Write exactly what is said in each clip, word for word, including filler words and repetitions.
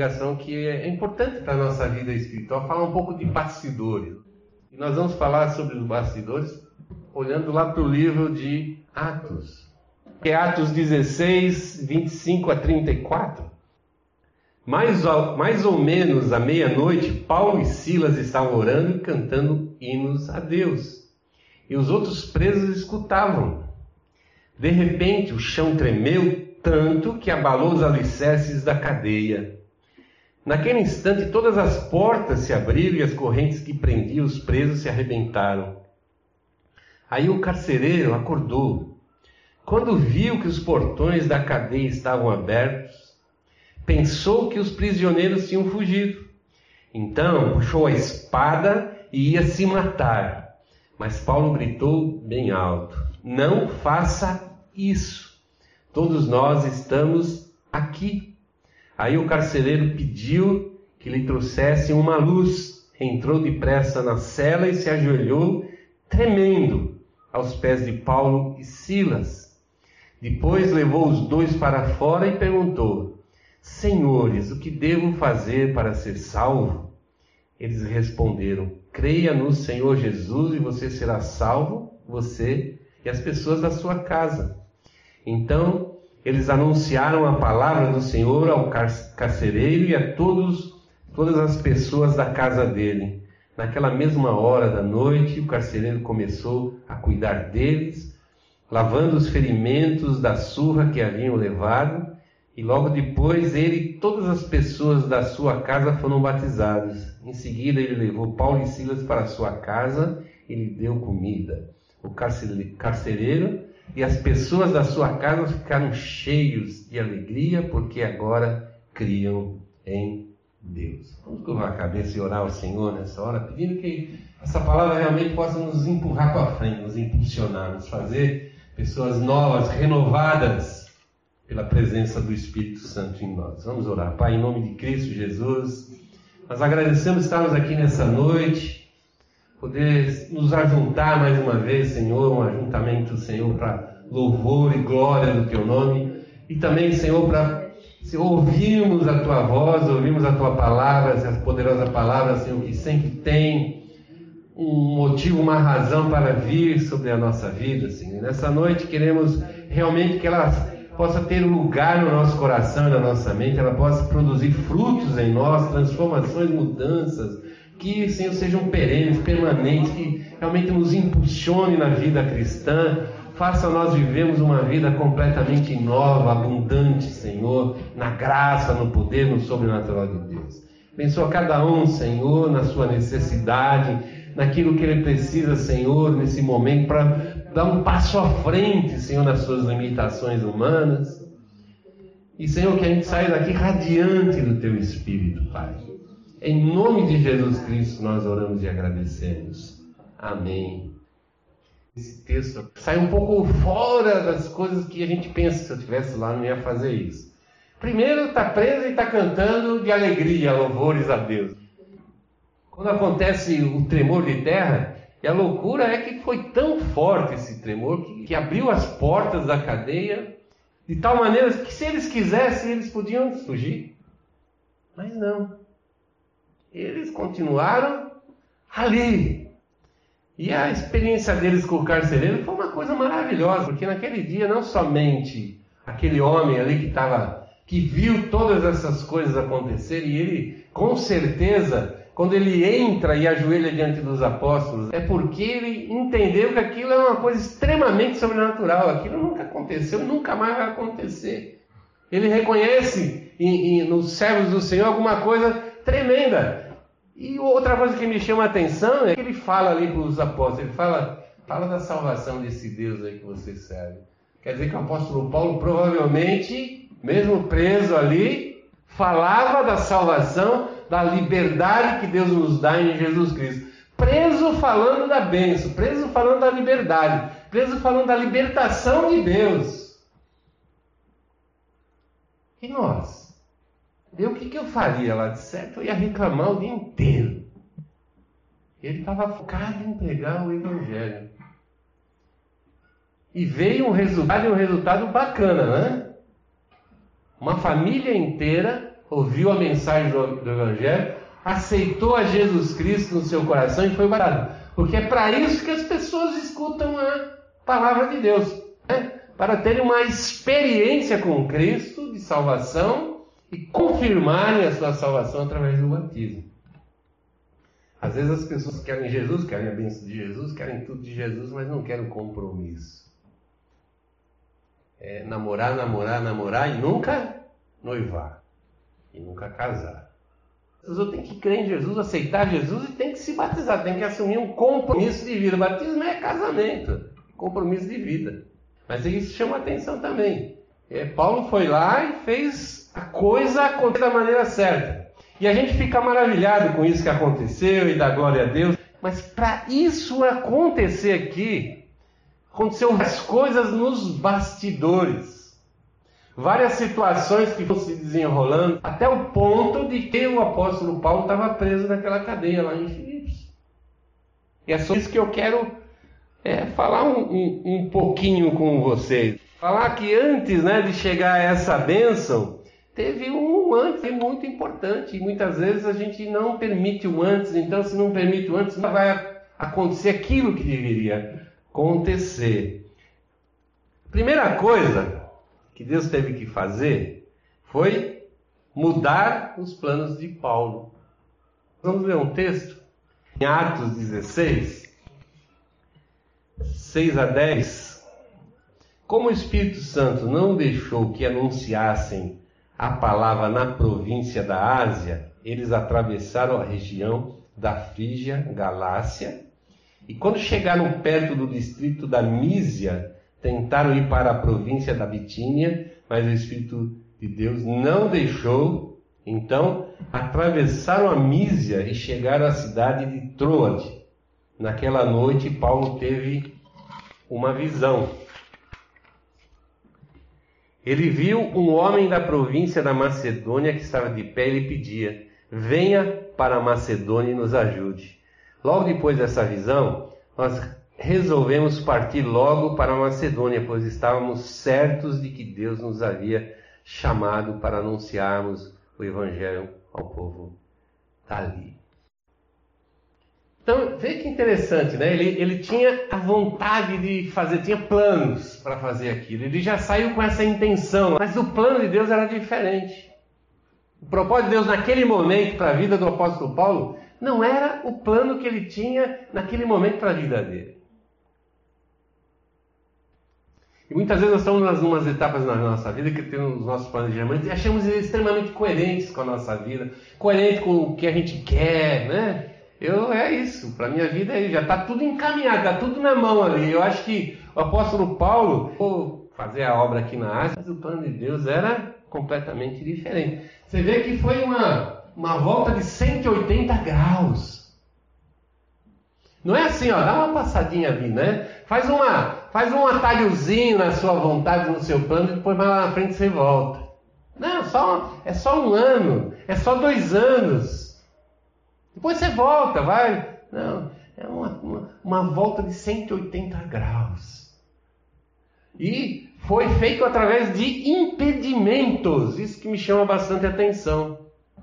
pregação que é importante para a nossa vida espiritual, falar um pouco de bastidores. E nós vamos falar sobre os bastidores olhando lá para o livro de Atos, que é Atos dezesseis, vinte e cinco a trinta e quatro. Mais ou, mais ou menos à meia-noite, Paulo e Silas estavam orando e cantando hinos a Deus. E os outros presos escutavam. De repente, o chão tremeu tanto que abalou os alicerces da cadeia. Naquele instante, todas as portas se abriram e as correntes que prendiam os presos se arrebentaram. Aí o carcereiro acordou. Quando viu que os portões da cadeia estavam abertos, pensou que os prisioneiros tinham fugido. Então puxou a espada e ia se matar. Mas Paulo gritou bem alto: não faça isso. Todos nós estamos aqui. Aí o carcereiro pediu que lhe trouxessem uma luz. Entrou depressa na cela e se ajoelhou, tremendo, aos pés de Paulo e Silas. Depois levou os dois para fora e perguntou: Senhores, o que devo fazer para ser salvo? Eles responderam: creia no Senhor Jesus e você será salvo, você e as pessoas da sua casa. Então eles anunciaram a palavra do Senhor ao carcereiro e a todos, todas as pessoas da casa dele. Naquela mesma hora da noite, o carcereiro começou a cuidar deles, lavando os ferimentos da surra que haviam levado, e logo depois ele e todas as pessoas da sua casa foram batizados. Em seguida ele levou Paulo e Silas para a sua casa e lhe deu comida. O carcereiro e as pessoas da sua casa ficaram cheios de alegria, porque agora criam em Deus. Vamos curvar a cabeça e orar ao Senhor nessa hora, pedindo que essa palavra realmente possa nos empurrar para frente, nos impulsionar, nos fazer pessoas novas, renovadas pela presença do Espírito Santo em nós. Vamos orar. Pai, em nome de Cristo Jesus, nós agradecemos estarmos aqui nessa noite, poder nos ajuntar mais uma vez, Senhor, um ajuntamento, Senhor, para louvor e glória do Teu nome, e também, Senhor, para ouvirmos a Tua voz, ouvirmos a Tua palavra, essa poderosa palavra, Senhor, que sempre tem um motivo, uma razão para vir sobre a nossa vida, Senhor. E nessa noite queremos realmente que ela possa ter lugar no nosso coração e na nossa mente, ela possa produzir frutos em nós, transformações, mudanças, que, Senhor, sejam perenes, permanentes, que realmente nos impulsione na vida cristã, faça nós vivermos uma vida completamente nova, abundante, Senhor, na graça, no poder, no sobrenatural de Deus. Abençoa cada um, Senhor, na sua necessidade, naquilo que ele precisa, Senhor, nesse momento, para dar um passo à frente, Senhor, nas suas limitações humanas. E, Senhor, que a gente saia daqui radiante do Teu Espírito, Pai. Em nome de Jesus Cristo nós oramos e agradecemos. Amém. Esse texto sai um pouco fora das coisas que a gente pensa. Se eu estivesse lá, não ia fazer isso. Primeiro, está preso e está cantando de alegria, louvores a Deus. Quando acontece o tremor de terra, e a loucura é que foi tão forte esse tremor que, que abriu as portas da cadeia de tal maneira que, se eles quisessem, eles podiam fugir. Mas não. Eles continuaram ali. E a experiência deles com o carcereiro foi uma coisa maravilhosa, porque naquele dia não somente aquele homem ali que estava, que viu todas essas coisas acontecerem, e ele, com certeza, quando ele entra e ajoelha diante dos apóstolos, é porque ele entendeu que aquilo é uma coisa extremamente sobrenatural, aquilo nunca aconteceu, nunca mais vai acontecer. Ele reconhece em, em, nos servos do Senhor alguma coisa tremenda. E outra coisa que me chama a atenção é que ele fala ali para os apóstolos, ele fala, fala da salvação desse Deus aí que vocês servem. Quer dizer que o apóstolo Paulo provavelmente, mesmo preso ali, falava da salvação, da liberdade que Deus nos dá em Jesus Cristo. Preso falando da bênção, preso falando da liberdade, preso falando da libertação de Deus. E nós? Eu, o que, que eu faria lá? De certo, eu ia reclamar o dia inteiro. Ele estava focado em pregar o Evangelho. E veio um resultado, um resultado bacana, né? Uma família inteira ouviu a mensagem do, do Evangelho, aceitou a Jesus Cristo no seu coração e foi batizado. Porque é para isso que as pessoas escutam a palavra de Deus, né? Para terem uma experiência com Cristo de salvação e confirmarem a sua salvação através do batismo. Às vezes as pessoas querem Jesus, querem a bênção de Jesus, querem tudo de Jesus, mas não querem o compromisso. É namorar, namorar, namorar e nunca noivar. E nunca casar. A pessoa tem que crer em Jesus, aceitar Jesus e tem que se batizar, tem que assumir um compromisso de vida. O batismo é casamento, compromisso de vida. Mas isso chama atenção também. É, Paulo foi lá e fez a coisa acontecer da maneira certa. E a gente fica maravilhado com isso que aconteceu e dá glória a Deus. Mas para isso acontecer aqui, aconteceu as coisas nos bastidores. Várias situações que foram se desenrolando, até o ponto de que o apóstolo Paulo estava preso naquela cadeia lá em Filipos. E é sobre isso que eu quero é, falar um, um, um pouquinho com vocês. Falar que antes, né, de chegar a essa bênção, teve um antes muito importante. E muitas vezes a gente não permite o antes. Então, se não permite o antes, não vai acontecer aquilo que deveria acontecer. Primeira coisa que Deus teve que fazer foi mudar os planos de Paulo. Vamos ler um texto em Atos dezesseis, seis a dez. Como o Espírito Santo não deixou que anunciassem a palavra na província da Ásia, eles atravessaram a região da Frígia, Galácia, e quando chegaram perto do distrito da Mísia, tentaram ir para a província da Bitínia, mas o Espírito de Deus não deixou. Então, atravessaram a Mísia e chegaram à cidade de Troade. Naquela noite, Paulo teve uma visão. Ele viu um homem da província da Macedônia que estava de pé e lhe pedia: venha para a Macedônia e nos ajude. Logo depois dessa visão, nós resolvemos partir logo para a Macedônia, pois estávamos certos de que Deus nos havia chamado para anunciarmos o Evangelho ao povo dali. Então, vê que interessante, né? Ele, ele tinha a vontade de fazer, tinha planos para fazer aquilo. Ele já saiu com essa intenção, mas o plano de Deus era diferente. O propósito de Deus naquele momento para a vida do apóstolo Paulo não era o plano que ele tinha naquele momento para a vida dele. E muitas vezes nós estamos em umas etapas na nossa vida que temos os nossos planejamentos e achamos eles extremamente coerentes com a nossa vida, coerentes com o que a gente quer, né? Eu, é isso, para a minha vida já está tudo encaminhado, está tudo na mão ali. Eu acho que o apóstolo Paulo, vou fazer a obra aqui na Ásia, mas o plano de Deus era completamente diferente. Você vê que foi uma, uma volta de cento e oitenta graus. Não é assim, ó, dá uma passadinha ali, né? Faz, uma, faz um atalhozinho na sua vontade, no seu plano, e depois mais lá na frente você volta. Não, só, é só um ano, é só dois anos. Depois você volta, vai. Não, é uma, uma, uma volta de cento e oitenta graus. E foi feito através de impedimentos. Isso que me chama bastante atenção.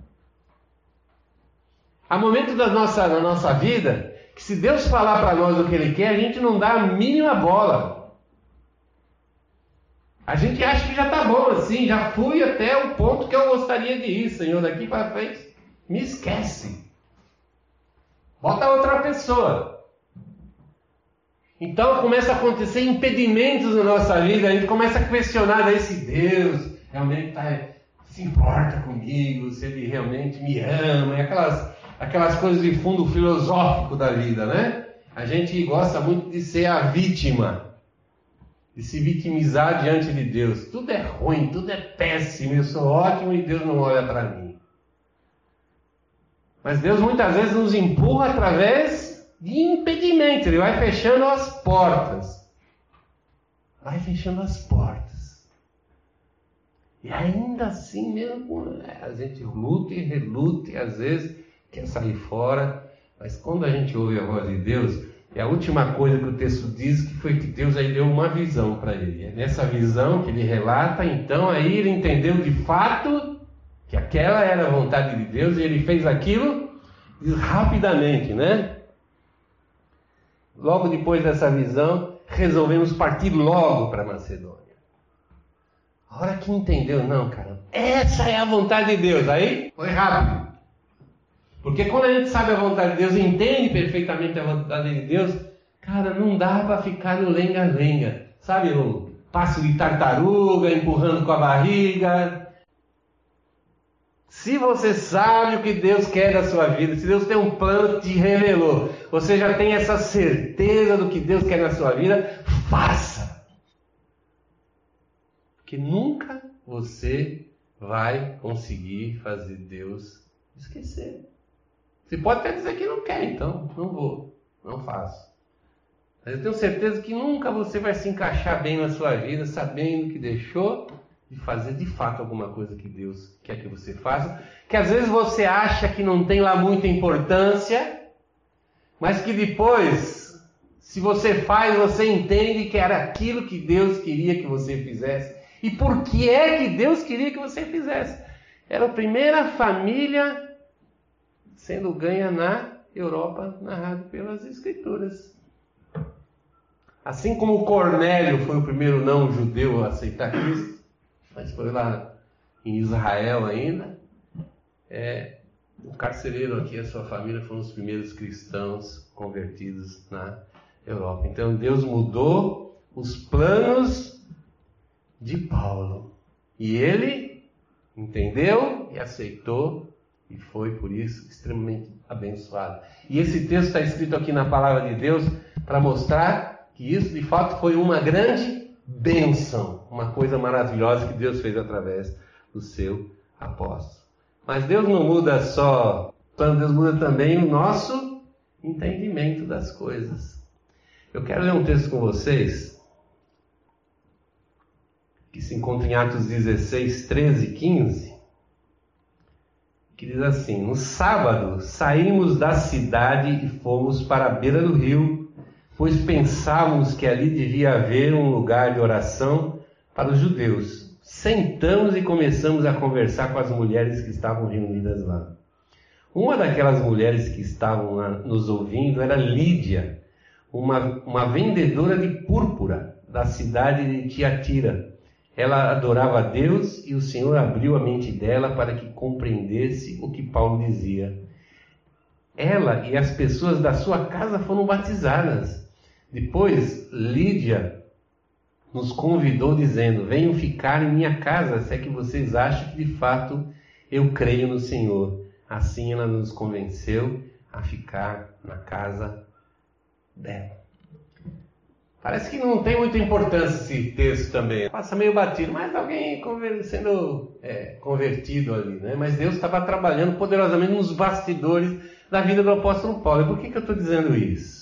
Há momentos da nossa, na nossa vida que se Deus falar para nós o que Ele quer, a gente não dá a mínima bola. A gente acha que já está bom assim, já fui até o ponto que eu gostaria de ir, Senhor, daqui para frente. Me esquece. Bota outra pessoa. Então começa a acontecer impedimentos na nossa vida. A gente começa a questionar daí se Deus realmente tá, se importa comigo, se Ele realmente me ama. E aquelas, aquelas coisas de fundo filosófico da vida, né? A gente gosta muito de ser a vítima, de se vitimizar diante de Deus. Tudo é ruim, tudo é péssimo, eu sou ótimo e Deus não olha para mim. Mas Deus muitas vezes nos empurra através de impedimentos. Ele vai fechando as portas. Vai fechando as portas. E ainda assim mesmo, a gente luta e reluta e às vezes quer sair fora. Mas quando a gente ouve a voz de Deus, é a última coisa que o texto diz que foi que Deus aí deu uma visão para ele. É nessa visão que ele relata, então aí ele entendeu de fato que aquela era a vontade de Deus e ele fez aquilo rapidamente, né? Logo depois dessa visão, resolvemos partir logo para Macedônia. A hora que entendeu, não, cara, essa é a vontade de Deus. Aí foi rápido. Porque quando a gente sabe a vontade de Deus, entende perfeitamente a vontade de Deus, cara, não dá para ficar no lenga-lenga. Sabe, o passo de tartaruga, empurrando com a barriga. Se você sabe o que Deus quer da sua vida, se Deus tem um plano, te revelou, você já tem essa certeza do que Deus quer na sua vida, faça. Porque nunca você vai conseguir fazer Deus esquecer. Você pode até dizer que não quer, então não vou, não faço. Mas eu tenho certeza que nunca você vai se encaixar bem na sua vida, sabendo que deixou de fazer de fato alguma coisa que Deus quer que você faça, que às vezes você acha que não tem lá muita importância, mas que depois, se você faz, você entende que era aquilo que Deus queria que você fizesse. E por que é que Deus queria que você fizesse? Era a primeira família sendo ganha na Europa, narrado pelas Escrituras. Assim como Cornélio foi o primeiro não-judeu a aceitar Cristo, mas foi lá em Israel ainda, é, o carcereiro aqui e a sua família foram os primeiros cristãos convertidos na Europa. Então Deus mudou os planos de Paulo. E ele entendeu e aceitou e foi por isso extremamente abençoado. E esse texto está escrito aqui na palavra de Deus para mostrar que isso de fato foi uma grande bênção, uma coisa maravilhosa que Deus fez através do seu apóstolo. Mas Deus não muda só, Deus muda também o nosso entendimento das coisas. Eu quero ler um texto com vocês, que se encontra em Atos dezesseis, treze e quinze, que diz assim: no sábado saímos da cidade e fomos para a beira do rio, pois pensávamos que ali devia haver um lugar de oração para os judeus. Sentamos e começamos a conversar com as mulheres que estavam reunidas lá. Uma daquelas mulheres que estavam lá nos ouvindo era Lídia, uma, uma vendedora de púrpura da cidade de Tiatira. Ela adorava a Deus e o Senhor abriu a mente dela para que compreendesse o que Paulo dizia. Ela e as pessoas da sua casa foram batizadas. Depois, Lídia nos convidou dizendo: venham ficar em minha casa, se é que vocês acham que de fato eu creio no Senhor. Assim ela nos convenceu a ficar na casa dela. Parece que não tem muita importância esse texto também. Passa meio batido, mas alguém sendo é, convertido ali, né? Mas Deus estava trabalhando poderosamente nos bastidores da vida do apóstolo Paulo. E por que, que eu estou dizendo isso?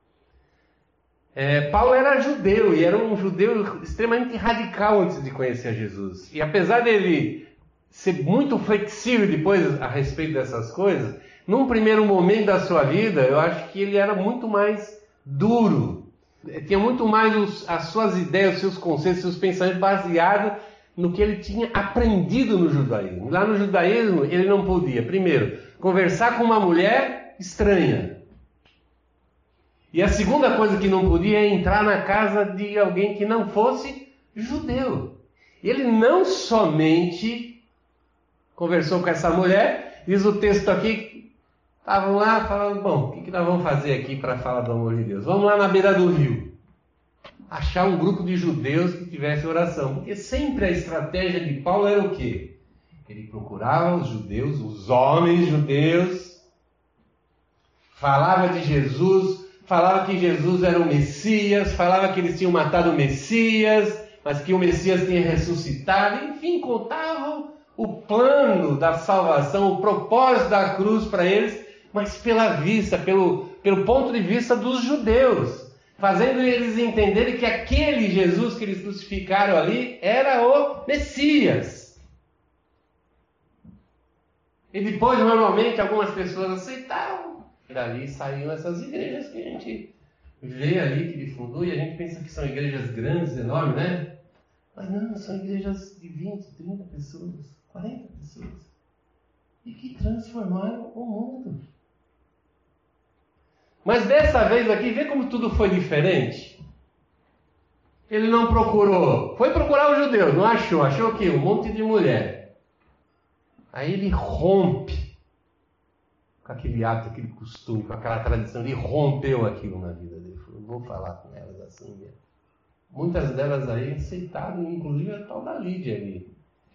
É, Paulo era judeu e era um judeu extremamente radical antes de conhecer Jesus. E apesar dele ser muito flexível depois a respeito dessas coisas, num primeiro momento da sua vida, eu acho que ele era muito mais duro. Tinha muito mais os, as suas ideias, os seus conceitos, os seus pensamentos baseados no que ele tinha aprendido no judaísmo. Lá no judaísmo ele não podia, primeiro, conversar com uma mulher estranha. E a segunda coisa que não podia é entrar na casa de alguém que não fosse judeu. Ele não somente conversou com essa mulher, diz o texto aqui, estavam lá falando: bom, o que nós vamos fazer aqui para falar do amor de Deus? Vamos lá na beira do rio, achar um grupo de judeus que tivesse oração. Porque sempre a estratégia de Paulo era o quê? Ele procurava os judeus, os homens judeus, falava de Jesus, falava que Jesus era o Messias, falava que eles tinham matado o Messias, mas que o Messias tinha ressuscitado. Enfim, contavam o plano da salvação, o propósito da cruz para eles, mas pela vista, pelo, pelo ponto de vista dos judeus, fazendo eles entenderem que aquele Jesus que eles crucificaram ali era o Messias. E depois, normalmente, algumas pessoas aceitaram. E dali saíram essas igrejas que a gente vê ali, que ele fundou, e a gente pensa que são igrejas grandes, enormes, né? Mas não, são igrejas de vinte, trinta pessoas, quarenta pessoas. e que transformaram o mundo. Mas dessa vez aqui, vê como tudo foi diferente? Ele não procurou, foi procurar os judeus, não achou, achou que um monte de mulher. Aí ele rompe com aquele hábito, aquele costume, com aquela tradição, ele rompeu aquilo na vida dele. Falou, vou falar com elas assim mesmo. Muitas delas aí aceitaram, inclusive a tal da Lídia ali.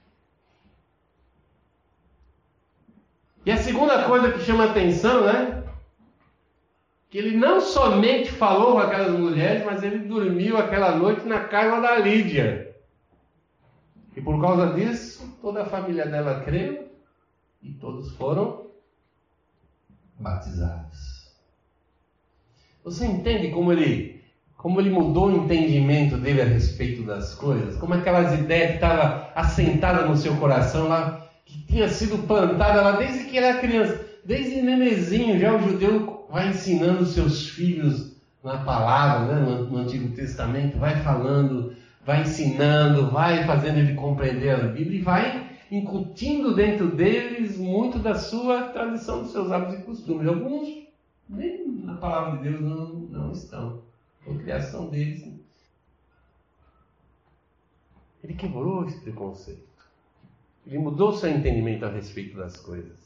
E a segunda coisa que chama atenção, né? Que ele não somente falou com aquelas mulheres, mas ele dormiu aquela noite na casa da Lídia. E por causa disso, toda a família dela creu e todos foram batizados. Você entende como ele, como ele mudou o entendimento dele a respeito das coisas? Como aquelas ideias que estavam assentadas no seu coração lá, que tinha sido plantada lá desde que era criança, desde nenezinho, já o judeu vai ensinando seus filhos na palavra, né, no, no Antigo Testamento, vai falando, vai ensinando, vai fazendo ele compreender a Bíblia e vai incutindo dentro deles muito da sua tradição, dos seus hábitos e costumes. Alguns nem na palavra de Deus não, não estão. Foi a criação deles. Ele quebrou esse preconceito. Ele mudou seu entendimento a respeito das coisas.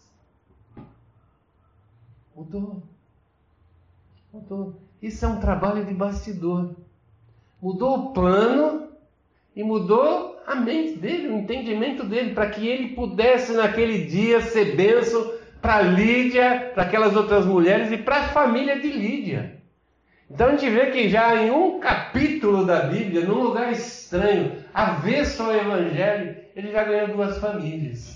Mudou. Mudou. Isso é um trabalho de bastidor. Mudou o plano e mudou a mente dele, o entendimento dele, para que ele pudesse naquele dia ser bênção para Lídia, para aquelas outras mulheres e para a família de Lídia. Então a gente vê que já em um capítulo da Bíblia, num lugar estranho, avesso ao Evangelho, ele já ganhou duas famílias.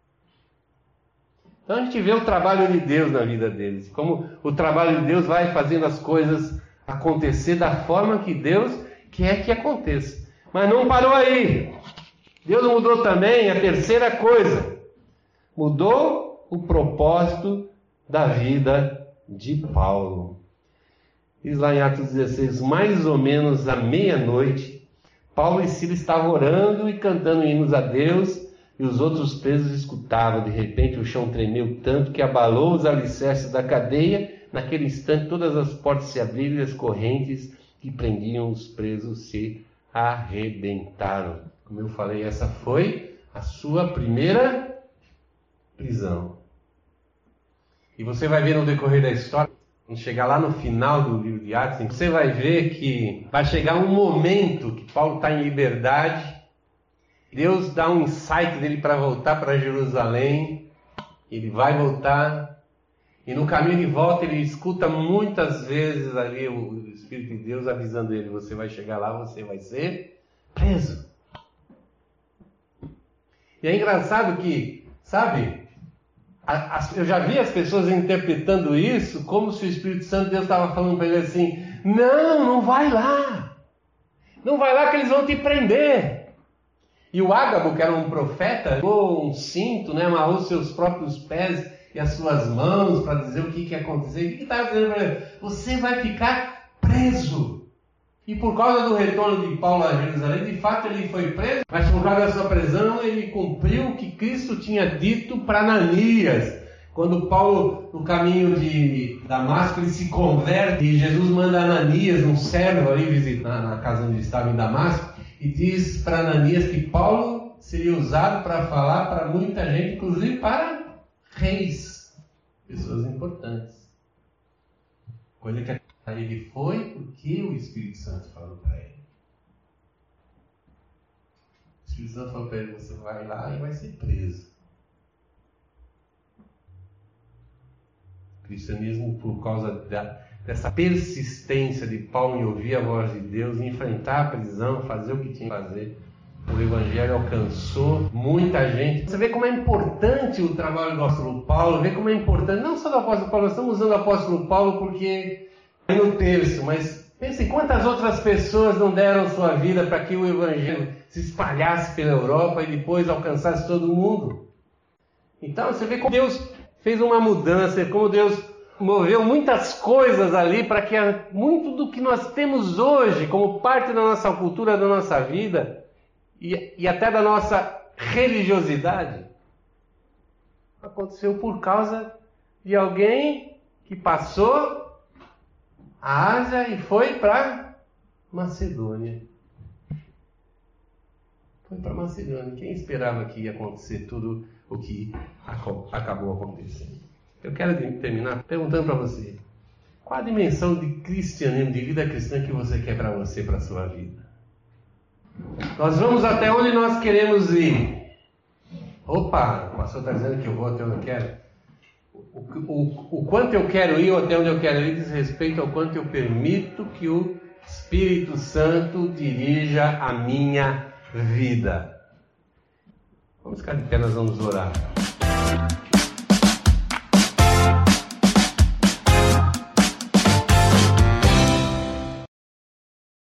Então a gente vê o trabalho de Deus na vida deles, como o trabalho de Deus vai fazendo as coisas acontecer da forma que Deus quer que aconteça. Mas não parou aí. Deus mudou também a terceira coisa. Mudou o propósito da vida de Paulo. Diz lá em Atos dezesseis, mais ou menos à meia-noite, Paulo e Silas estavam orando e cantando hinos a Deus, e os outros presos escutavam. De repente o chão tremeu tanto que abalou os alicerces da cadeia. Naquele instante todas as portas se abriram e as correntes que prendiam os presos se arrebentaram. Como eu falei, essa foi a sua primeira prisão. E você vai ver no decorrer da história, quando chegar lá no final do livro de Atos, você vai ver que vai chegar um momento que Paulo está em liberdade. Deus dá um insight dele para voltar para Jerusalém. Ele vai voltar. E no caminho de volta ele escuta muitas vezes ali o Espírito de Deus avisando ele: você vai chegar lá, você vai ser preso. E é engraçado que, sabe, eu já vi as pessoas interpretando isso como se o Espírito Santo de Deus estava falando para ele assim: não, não vai lá. Não vai lá que eles vão te prender. E o Ágabo, que era um profeta, pegou um cinto, né, amarrou seus próprios pés e as suas mãos para dizer o que, que ia acontecer. O que estava dizendo para ele? Você vai ficar preso. E por causa do retorno de Paulo a Jerusalém, de fato ele foi preso, mas por causa da sua prisão ele cumpriu o que Cristo tinha dito para Ananias. Quando Paulo, no caminho de Damasco, ele se converte e Jesus manda Ananias, um servo ali visitar na casa onde estava em Damasco, e diz para Ananias que Paulo seria usado para falar para muita gente, inclusive para reis, pessoas importantes. Coisa que ele foi porque o Espírito Santo falou para ele. O Espírito Santo falou para ele: você vai lá e vai ser preso. O cristianismo, por causa da, dessa persistência de Paulo em ouvir a voz de Deus, em enfrentar a prisão, fazer o que tinha que fazer, o Evangelho alcançou muita gente. Você vê como é importante o trabalho do apóstolo Paulo, vê como é importante, não só do apóstolo Paulo, nós estamos usando o apóstolo Paulo porque é no terço, mas pense quantas outras pessoas não deram sua vida para que o Evangelho se espalhasse pela Europa e depois alcançasse todo mundo. Então você vê como Deus fez uma mudança, como Deus moveu muitas coisas ali para que muito do que nós temos hoje como parte da nossa cultura, da nossa vida e, e até da nossa religiosidade Aconteceu por causa de alguém que passou a Ásia e foi para Macedônia. Foi para Macedônia. Quem esperava que ia acontecer tudo o que acabou acontecendo? Eu quero terminar perguntando para você: qual a dimensão de cristianismo, de vida cristã que você quer para você, para a sua vida? Nós vamos até onde nós queremos ir. Opa, o pastor está dizendo que eu vou até onde eu quero. O, o, o quanto eu quero ir ou até onde eu quero ir diz respeito ao quanto eu permito que o Espírito Santo dirija a minha vida. Vamos ficar de pé, nós vamos orar.